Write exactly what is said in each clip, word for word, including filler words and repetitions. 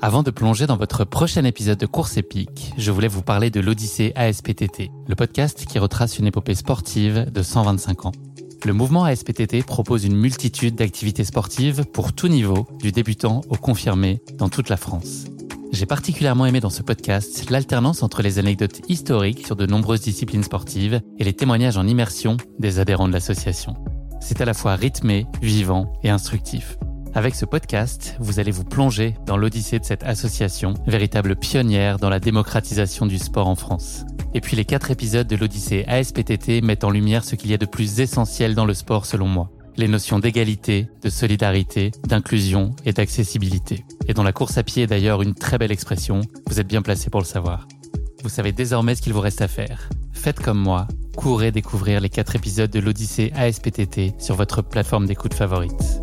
Avant de plonger dans votre prochain épisode de Course épique, je voulais vous parler de l'Odyssée A S P T T, le podcast qui retrace une épopée sportive de cent vingt-cinq ans. Le mouvement A S P T T propose une multitude d'activités sportives pour tout niveau, du débutant au confirmé, dans toute la France. J'ai particulièrement aimé dans ce podcast l'alternance entre les anecdotes historiques sur de nombreuses disciplines sportives et les témoignages en immersion des adhérents de l'association. C'est à la fois rythmé, vivant et instructif. Avec ce podcast, vous allez vous plonger dans l'odyssée de cette association, véritable pionnière dans la démocratisation du sport en France. Et puis les quatre épisodes de l'Odyssée A S P T T mettent en lumière ce qu'il y a de plus essentiel dans le sport selon moi. Les notions d'égalité, de solidarité, d'inclusion et d'accessibilité. Et dont la course à pied est d'ailleurs une très belle expression, vous êtes bien placé pour le savoir. Vous savez désormais ce qu'il vous reste à faire. Faites comme moi, courez découvrir les quatre épisodes de l'Odyssée A S P T T sur votre plateforme d'écoute favorite.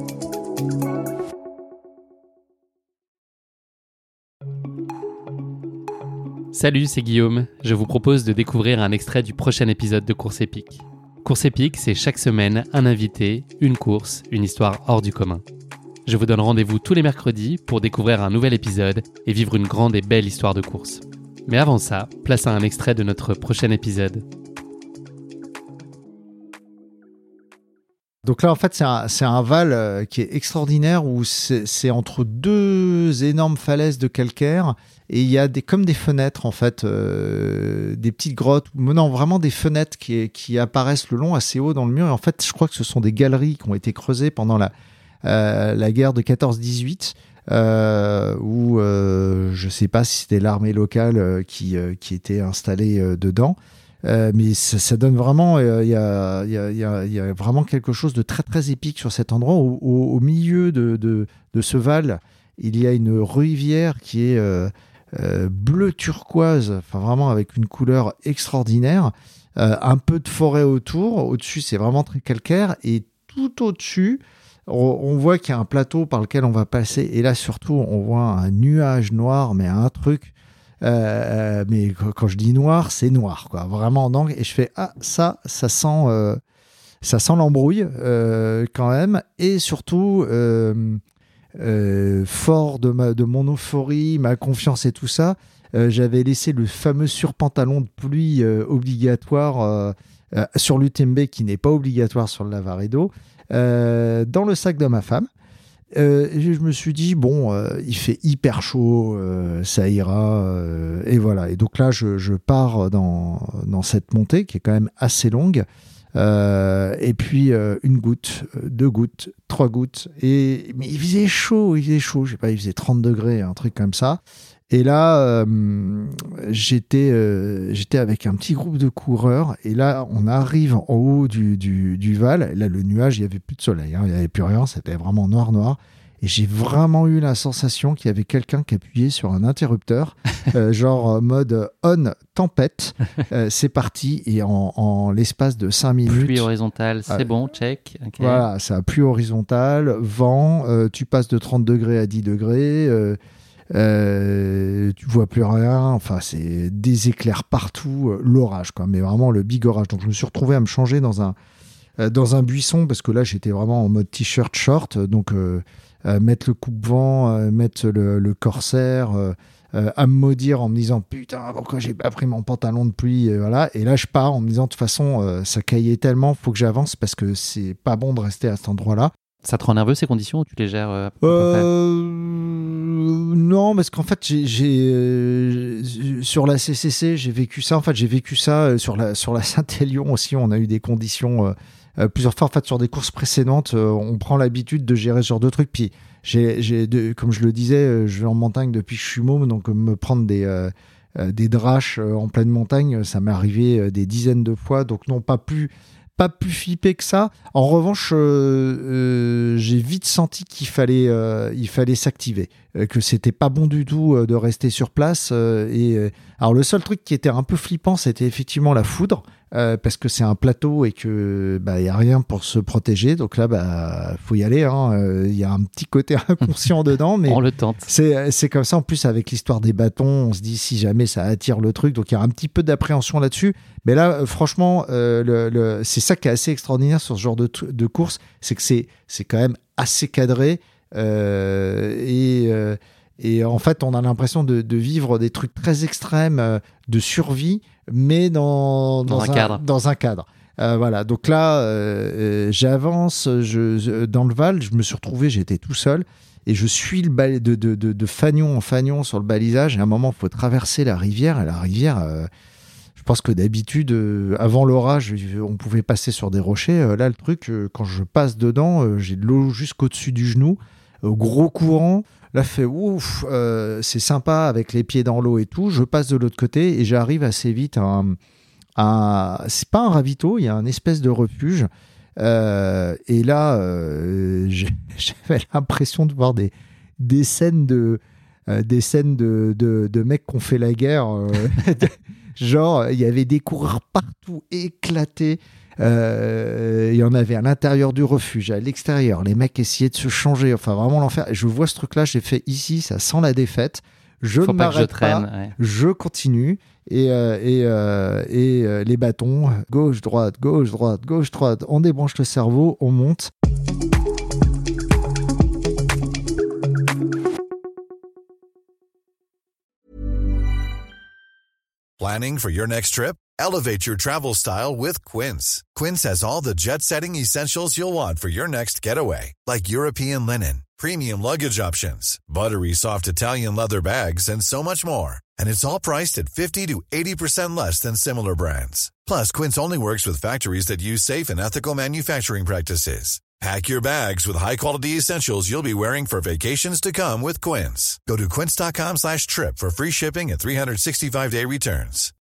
Salut, c'est Guillaume. Je vous propose de découvrir un extrait du prochain épisode de Course épique. Course épique, c'est chaque semaine un invité, une course, une histoire hors du commun. Je vous donne rendez-vous tous les mercredis pour découvrir un nouvel épisode et vivre une grande et belle histoire de course. Mais avant ça, place à un extrait de notre prochain épisode. Donc là, en fait, c'est un, c'est un val euh, qui est extraordinaire où c'est, c'est entre deux énormes falaises de calcaire et il y a des, comme des fenêtres, en fait, euh, des petites grottes, non, vraiment des fenêtres qui, qui apparaissent le long assez haut dans le mur. Et en fait, je crois que ce sont des galeries qui ont été creusées pendant la, euh, la guerre de quatorze dix-huit, euh, où euh, je ne sais pas si c'était l'armée locale euh, qui, euh, qui était installée euh, dedans. Euh, mais ça, ça donne vraiment, il euh, y, a, y, a, y, a, y a vraiment quelque chose de très très épique sur cet endroit. Au, au, au milieu de, de, de ce val, il y a une rivière qui est euh, euh, bleu turquoise, enfin vraiment avec une couleur extraordinaire. Euh, un peu de forêt autour. Au-dessus, c'est vraiment très calcaire. Et tout au-dessus, on, on voit qu'il y a un plateau par lequel on va passer. Et là, surtout, on voit un nuage noir, mais un truc. Euh, mais quand je dis noir, c'est noir, quoi, vraiment en angle. Et je fais ah ça, ça sent, euh, ça sent l'embrouille euh, quand même. Et surtout, euh, euh, fort de ma, de mon euphorie, ma confiance et tout ça, euh, j'avais laissé le fameux surpantalon de pluie euh, obligatoire euh, euh, sur l'U T M B qui n'est pas obligatoire sur le Lavaredo euh, dans le sac de ma femme. Euh, et je me suis dit bon euh, il fait hyper chaud, euh, ça ira euh, et voilà, et donc là je, je pars dans, dans cette montée qui est quand même assez longue euh, et puis euh, une goutte, deux gouttes, trois gouttes et, mais il faisait chaud, il faisait chaud, je sais pas, il faisait trente degrés, un truc comme ça. Et là, euh, j'étais, euh, j'étais avec un petit groupe de coureurs. Et là, on arrive en haut du, du, du val. Et là, le nuage, il n'y avait plus de soleil. Hein, il n'y avait plus rien. C'était vraiment noir, noir. Et j'ai vraiment eu la sensation qu'il y avait quelqu'un qui appuyait sur un interrupteur, euh, genre mode on tempête. Euh, c'est parti. Et en, en l'espace de cinq minutes... Pluie horizontale, c'est euh, bon, check. Okay. Voilà, ça a pluie horizontale, vent, euh, tu passes de trente degrés à dix degrés... Euh, Euh, tu vois plus rien, enfin c'est des éclairs partout, euh, l'orage quoi, mais vraiment le big orage. Donc je me suis retrouvé à me changer dans un euh, dans un buisson parce que là j'étais vraiment en mode t-shirt short, donc euh, euh, mettre le coupe-vent, euh, mettre le, le corsaire, euh, euh, à me maudire en me disant putain pourquoi j'ai pas pris mon pantalon de pluie, euh, voilà. Et là je pars en me disant de toute façon euh, ça caillait tellement, faut que j'avance parce que c'est pas bon de rester à cet endroit-là. Ça te rend nerveux ces conditions ou tu les gères euh, à peu euh, Non, parce qu'en fait, j'ai, j'ai euh, sur la C C C, j'ai vécu ça. En fait, j'ai vécu ça euh, sur la sur la Saint-Élion aussi. On a eu des conditions euh, euh, plusieurs fois. En fait, sur des courses précédentes, euh, on prend l'habitude de gérer ce genre de trucs. Puis, j'ai, j'ai de, comme je le disais, euh, je vais en montagne depuis que je suis môme, donc euh, me prendre des euh, euh, des draches euh, en pleine montagne, ça m'est arrivé euh, des dizaines de fois. Donc, non, pas plus. Pas plus flippé que ça. En revanche, euh, euh, j'ai vite senti qu'il fallait, euh, il fallait s'activer, euh, que c'était pas bon du tout euh, de rester sur place. Euh, et euh, alors le seul truc qui était un peu flippant, c'était effectivement la foudre, euh, parce que c'est un plateau et que bah y a rien pour se protéger. Donc là, bah faut y aller. Hein. Euh, y a un petit côté inconscient dedans, mais on le tente. C'est c'est comme ça. En plus, avec l'histoire des bâtons, on se dit si jamais ça attire le truc. Donc il y a un petit peu d'appréhension là-dessus. Mais là, euh, franchement, euh, le, le, c'est ça qui est assez extraordinaire sur ce genre de, de course, c'est que c'est, c'est quand même assez cadré euh, et euh, Et en fait, on a l'impression de, de vivre des trucs très extrêmes euh, de survie, mais dans, dans, dans un, un cadre. Dans un cadre. Euh, voilà, donc là, euh, j'avance je, dans le Val, je me suis retrouvé, j'étais tout seul, et je suis le bal- de, de, de, de fanion en fanion sur le balisage, et à un moment, il faut traverser la rivière, et la rivière, euh, je pense que d'habitude, euh, avant l'orage, on pouvait passer sur des rochers, euh, là, le truc, euh, quand je passe dedans, euh, j'ai de l'eau jusqu'au-dessus du genou, euh, gros courant. Là, fait ouf, euh, c'est sympa avec les pieds dans l'eau et tout. Je passe de l'autre côté et j'arrive assez vite à un. À, c'est pas un ravito, il y a un espèce de refuge. Euh, et là, euh, j'avais l'impression de voir des, des scènes de. Euh, des scènes de, de, de mecs qui ont fait la guerre. Euh, genre, il y avait des coureurs partout éclatés. Euh, il y en avait à l'intérieur du refuge, à l'extérieur. Les mecs essayaient de se changer. Enfin, vraiment l'enfer. Et je vois ce truc-là, j'ai fait ici, ça sent la défaite. Je Faut ne pas que je m'arrête traîne, pas. ouais. Je continue. Et, euh, et, euh, et euh, les bâtons, gauche, droite, gauche, droite, gauche, droite. On débranche le cerveau, on monte. Planning for your next trip? Elevate your travel style with Quince. Quince has all the jet-setting essentials you'll want for your next getaway, like European linen, premium luggage options, buttery soft Italian leather bags, and so much more. And it's all priced at fifty to eighty percent less than similar brands. Plus, Quince only works with factories that use safe and ethical manufacturing practices. Pack your bags with high-quality essentials you'll be wearing for vacations to come with Quince. Go to quince.com slash trip for free shipping and three sixty-five day returns.